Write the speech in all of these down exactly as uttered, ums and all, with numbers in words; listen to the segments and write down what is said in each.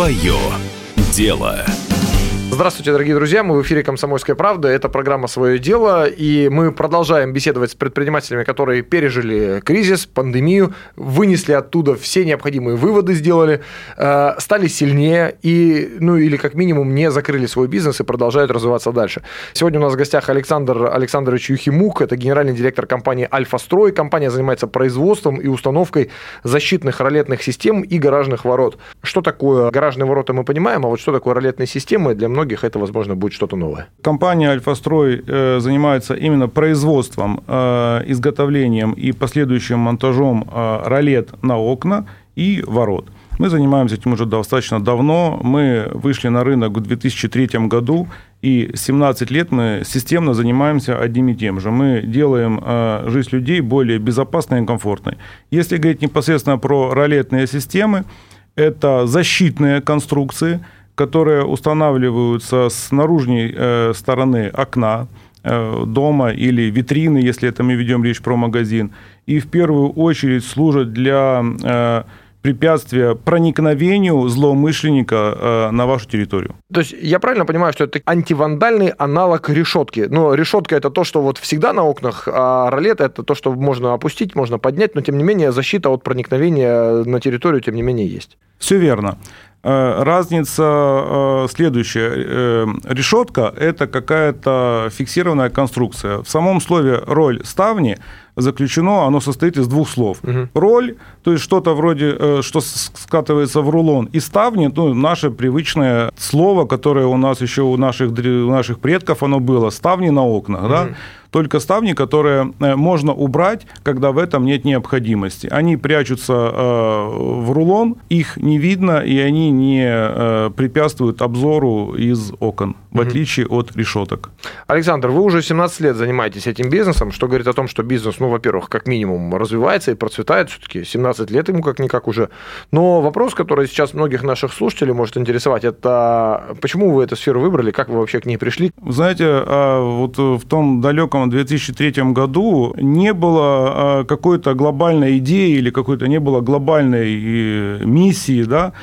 Свое дело. Здравствуйте, дорогие друзья, мы в эфире «Комсомольская правда», это программа «Свое дело», и мы продолжаем беседовать с предпринимателями, которые пережили кризис, пандемию, вынесли оттуда все необходимые выводы, сделали, э, стали сильнее и, ну или как минимум, не закрыли свой бизнес и продолжают развиваться дальше. Сегодня у нас в гостях Александр Александрович Юхимук, это генеральный директор компании «Альфа-Строй». Компания занимается производством и установкой защитных ролетных систем и гаражных ворот. Что такое гаражные ворота, мы понимаем, а вот что такое ролетные системы, для многих это, возможно, будет что-то новое. Компания «Альфа-Строй» э, занимается именно производством, э, изготовлением и последующим монтажом э, ролет на окна и ворот. Мы занимаемся этим уже достаточно давно. Мы вышли на рынок в две тысячи третьем году, и семнадцать лет мы системно занимаемся одним и тем же. Мы делаем э, жизнь людей более безопасной и комфортной. Если говорить непосредственно про ролетные системы, это защитные конструкции, которые устанавливаются с наружной э, стороны окна э, дома или витрины, если это мы ведем речь про магазин, и в первую очередь служат для э, препятствия проникновению злоумышленника э, на вашу территорию. То есть я правильно понимаю, что это антивандальный аналог решетки? Но решетка – это то, что вот всегда на окнах, а ролет – это то, что можно опустить, можно поднять, но тем не менее защита от проникновения на территорию тем не менее есть. Все верно. Разница следующая. Решетка – это какая-то фиксированная конструкция. В самом слове «роль ставни» заключено, оно состоит из двух слов. Угу. Роль, то есть что-то вроде, что скатывается в рулон, и ставни, ну, наше привычное слово, которое у нас еще у наших, у наших предков оно было, ставни на окнах, угу. да? Только ставни, которые можно убрать, когда в этом нет необходимости. Они прячутся в рулон, их не видно, и они не препятствуют обзору из окон, в отличие mm-hmm. от решеток. Александр, вы уже семнадцать лет занимаетесь этим бизнесом, что говорит о том, что бизнес, ну, во-первых, как минимум развивается и процветает, все-таки семнадцать лет ему как-никак уже. Но вопрос, который сейчас многих наших слушателей может интересовать, это почему вы эту сферу выбрали, как вы вообще к ней пришли? Знаете, вот в том далеком в две тысячи третьем году не было какой-то глобальной идеи или какой-то не было глобальной миссии, да,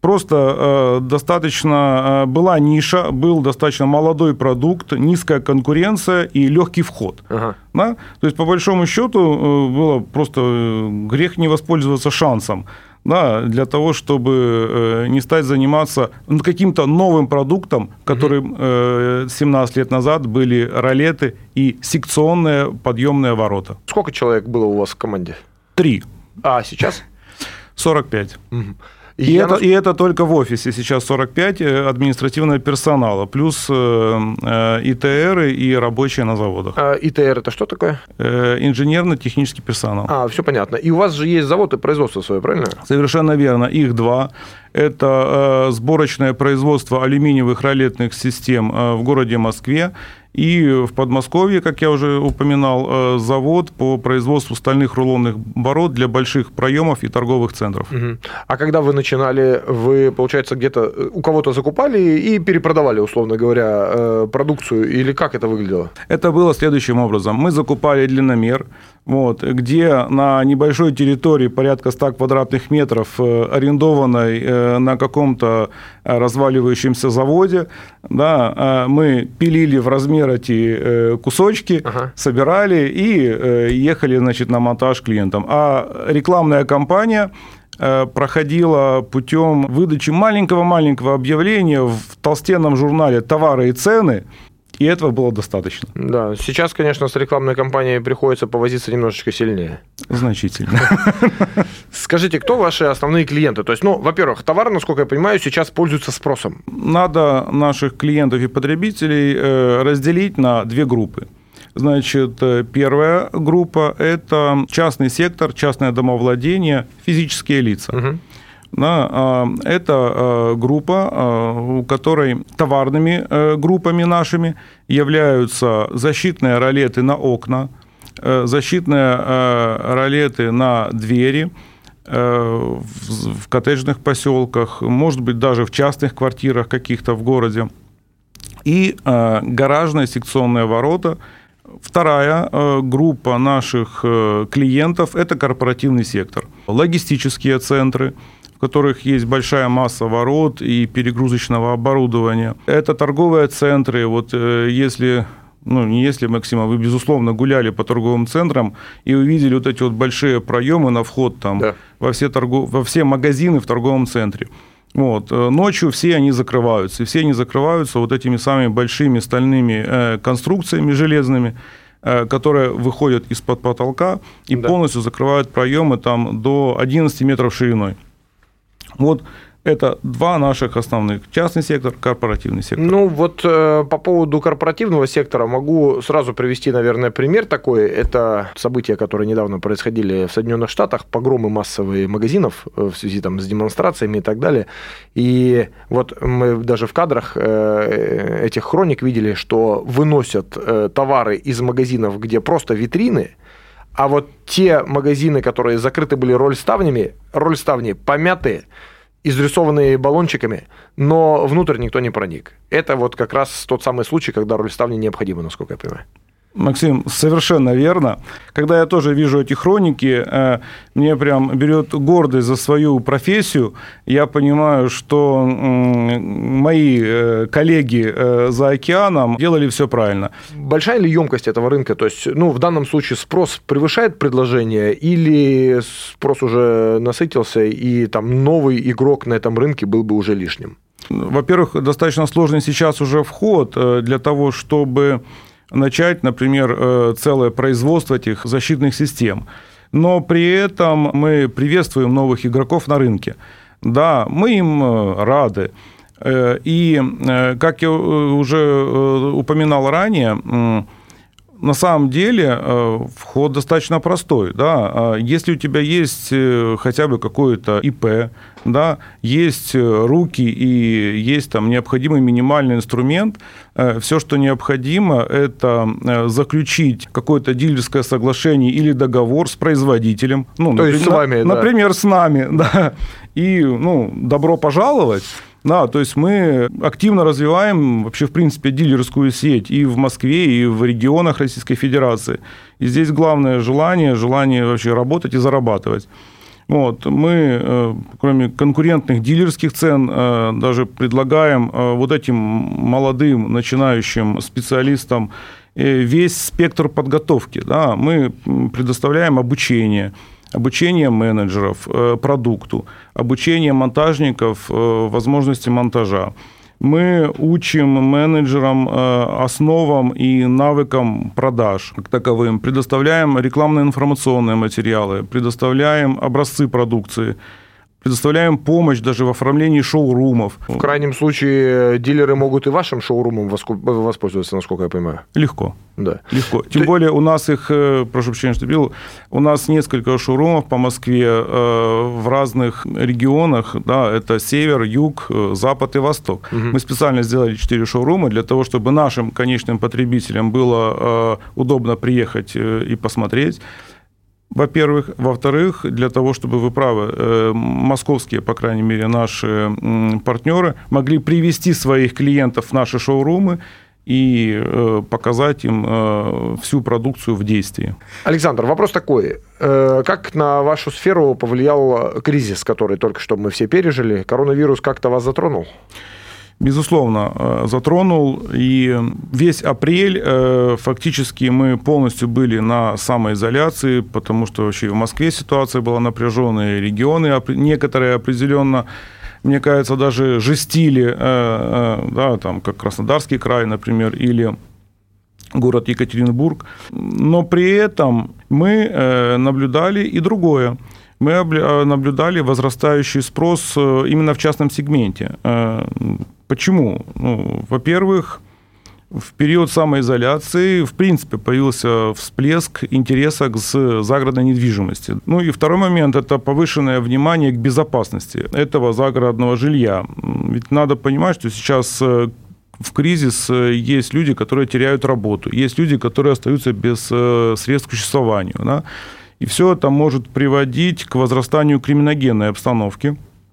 просто достаточно была ниша, был достаточно молодой продукт, низкая конкуренция и легкий вход. Ага. Да? То есть, по большому счету, было просто грех не воспользоваться шансом. Да, для того, чтобы не стать заниматься ну, каким-то новым продуктом, которым э, семнадцать лет назад были ролеты и секционные подъемные ворота. Сколько человек было у вас в команде? Три. А сейчас? сорок пять. Угу. И, это, нас... и это только в офисе сейчас сорок пять административного персонала, плюс э, ИТР и рабочие на заводах. А ИТР это что такое? Э, инженерно-технический персонал. А, все понятно. И у вас же есть завод и производство свое, правильно? Совершенно верно. Их два. Это э, сборочное производство алюминиевых ролетных систем э, в городе Москве. И в Подмосковье, как я уже упоминал, завод по производству стальных рулонных ворот для больших проемов и торговых центров. Угу. А когда вы начинали, вы, получается, где-то у кого-то закупали и перепродавали, условно говоря, продукцию? Или как это выглядело? Это было следующим образом. Мы закупали длинномер, вот, где на небольшой территории, порядка ста квадратных метров, арендованной на каком-то разваливающемся заводе, да, мы пилили в размер эти кусочки, ага. собирали и ехали, значит, на монтаж клиентам. А рекламная кампания проходила путем выдачи маленького-маленького объявления в толстенном журнале «Товары и цены», и этого было достаточно. Да, сейчас, конечно, с рекламной кампанией приходится повозиться немножечко сильнее. Значительно. Скажите, кто ваши основные клиенты? То есть, ну, во-первых, товар, насколько я понимаю, сейчас пользуется спросом. Надо наших клиентов и потребителей разделить на две группы. Значит, первая группа – это частный сектор, частное домовладение, физические лица. Угу. Да, это группа, у которой товарными группами нашими являются защитные ролеты на окна, защитные ролеты на двери в коттеджных поселках, может быть, даже в частных квартирах каких-то в городе, и гаражные секционные ворота. Вторая группа наших клиентов – это корпоративный сектор, логистические центры, в которых есть большая масса ворот и перегрузочного оборудования. Это торговые центры. Вот если, ну не если, Максим, а вы, безусловно, гуляли по торговым центрам и увидели вот эти вот большие проемы на вход там, да. во, все торгов... во все магазины в торговом центре. Вот. Ночью все они закрываются. И все они закрываются вот этими самыми большими стальными э, конструкциями железными, э, которые выходят из-под потолка и да. полностью закрывают проемы там, до одиннадцати метров шириной. Вот это два наших основных. Частный сектор, корпоративный сектор. Ну, вот э, по поводу корпоративного сектора могу сразу привести, наверное, пример такой. Это события, которые недавно происходили в Соединенных Штатах, погромы массовые магазинов в связи там, с демонстрациями и так далее. И вот мы даже в кадрах э, этих хроник видели, что выносят э, товары из магазинов, где просто витрины, а вот те магазины, которые закрыты были рольставнями, рольставни помятые, изрисованные баллончиками, но внутрь никто не проник. Это вот как раз тот самый случай, когда рольставни необходимы, насколько я понимаю. Максим, совершенно верно. Когда я тоже вижу эти хроники, мне прям берет гордость за свою профессию. Я понимаю, что мои коллеги за океаном делали все правильно. Большая ли емкость этого рынка? То есть, ну, в данном случае спрос превышает предложение или спрос уже насытился, и там новый игрок на этом рынке был бы уже лишним? Во-первых, достаточно сложный сейчас уже вход для того, чтобы начать, например, целое производство этих защитных систем. Но при этом мы приветствуем новых игроков на рынке. Да, мы им рады. И, как я уже упоминал ранее, на самом деле вход достаточно простой. Да? Если у тебя есть хотя бы какое-то ИП, да, есть руки и есть там необходимый минимальный инструмент, все, что необходимо, это заключить какое-то дилерское соглашение или договор с производителем. Ну, То например, есть с вами, например, да. с нами. Да. И ну, добро пожаловать. Да, то есть мы активно развиваем вообще, в принципе, дилерскую сеть и в Москве, и в регионах Российской Федерации. И здесь главное желание, желание вообще работать и зарабатывать. Вот, мы, кроме конкурентных дилерских цен, даже предлагаем вот этим молодым начинающим специалистам весь спектр подготовки. Да, мы предоставляем обучение, обучение менеджеров продукту, обучение монтажников возможности монтажа. Мы учим менеджерам основам и навыкам продаж как таковым, предоставляем рекламно-информационные материалы, предоставляем образцы продукции, предоставляем помощь даже в оформлении шоурумов. В крайнем случае дилеры могут и вашим шоурумом воспользоваться, насколько я понимаю. Легко. Да. Легко. Тем Ты... более у нас их, прошу прощения, что бил, у нас несколько шоурумов по Москве в разных регионах, да, это север, юг, запад и восток. Угу. Мы специально сделали четыре шоурума для того, чтобы нашим конечным потребителям было удобно приехать и посмотреть. Во-первых. Во-вторых, для того, чтобы, вы правы, московские, по крайней мере, наши партнеры могли привести своих клиентов в наши шоурумы и показать им всю продукцию в действии. Александр, вопрос такой. Как на вашу сферу повлиял кризис, который только что мы все пережили? Коронавирус как-то вас затронул? Безусловно, затронул. И весь апрель фактически мы полностью были на самоизоляции, потому что вообще в Москве ситуация была напряженная, регионы некоторые определенно, мне кажется, даже жестили, да, там, как Краснодарский край, например, или город Екатеринбург. Но при этом мы наблюдали и другое. Мы наблюдали возрастающий спрос именно в частном сегменте. Почему? Ну, во-первых, в период самоизоляции, в принципе, появился всплеск интереса к загородной недвижимости. Ну и второй момент – это повышенное внимание к безопасности этого загородного жилья. Ведь надо понимать, что сейчас в кризис есть люди, которые теряют работу, есть люди, которые остаются без средств к существованию. Да? И все это может приводить к возрастанию криминогенной обстановки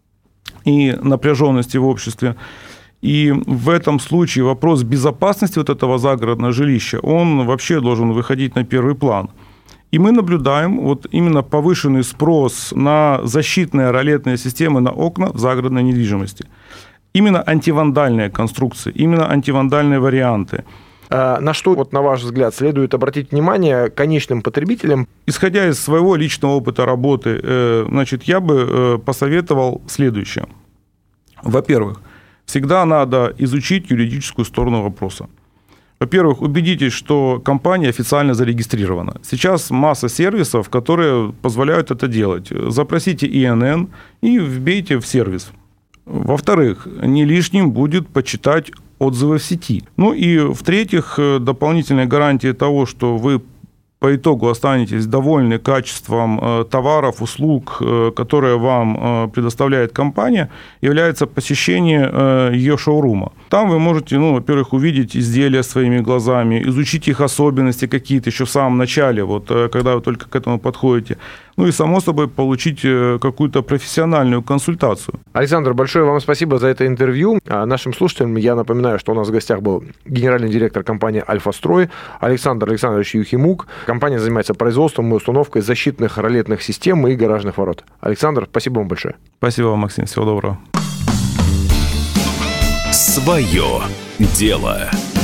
и напряженности в обществе. И в этом случае вопрос безопасности вот этого загородного жилища, он вообще должен выходить на первый план. И мы наблюдаем вот именно повышенный спрос на защитные ролетные системы на окна в загородной недвижимости. Именно антивандальные конструкции, именно антивандальные варианты. На что, вот, на ваш взгляд, следует обратить внимание конечным потребителям? Исходя из своего личного опыта работы, значит, я бы посоветовал следующее. Во-первых, всегда надо изучить юридическую сторону вопроса. Во-первых, убедитесь, что компания официально зарегистрирована. Сейчас масса сервисов, которые позволяют это делать. Запросите И Эн Эн и вбейте в сервис. Во-вторых, не лишним будет почитать отзывы в сети. Ну и в-третьих, дополнительной гарантией того, что вы по итогу останетесь довольны качеством товаров, услуг, которые вам предоставляет компания, является посещение ее шоурума. Там вы можете, ну, во-первых, увидеть изделия своими глазами, изучить их особенности какие-то еще в самом начале, вот, когда вы только к этому подходите. Ну и, само собой, получить какую-то профессиональную консультацию. Александр, большое вам спасибо за это интервью. А нашим слушателям я напоминаю, что у нас в гостях был генеральный директор компании «Альфа-Строй» Александр Александрович Юхимук. Компания занимается производством и установкой защитных ролетных систем и гаражных ворот. Александр, спасибо вам большое. Спасибо вам, Максим. Всего доброго. Свое дело.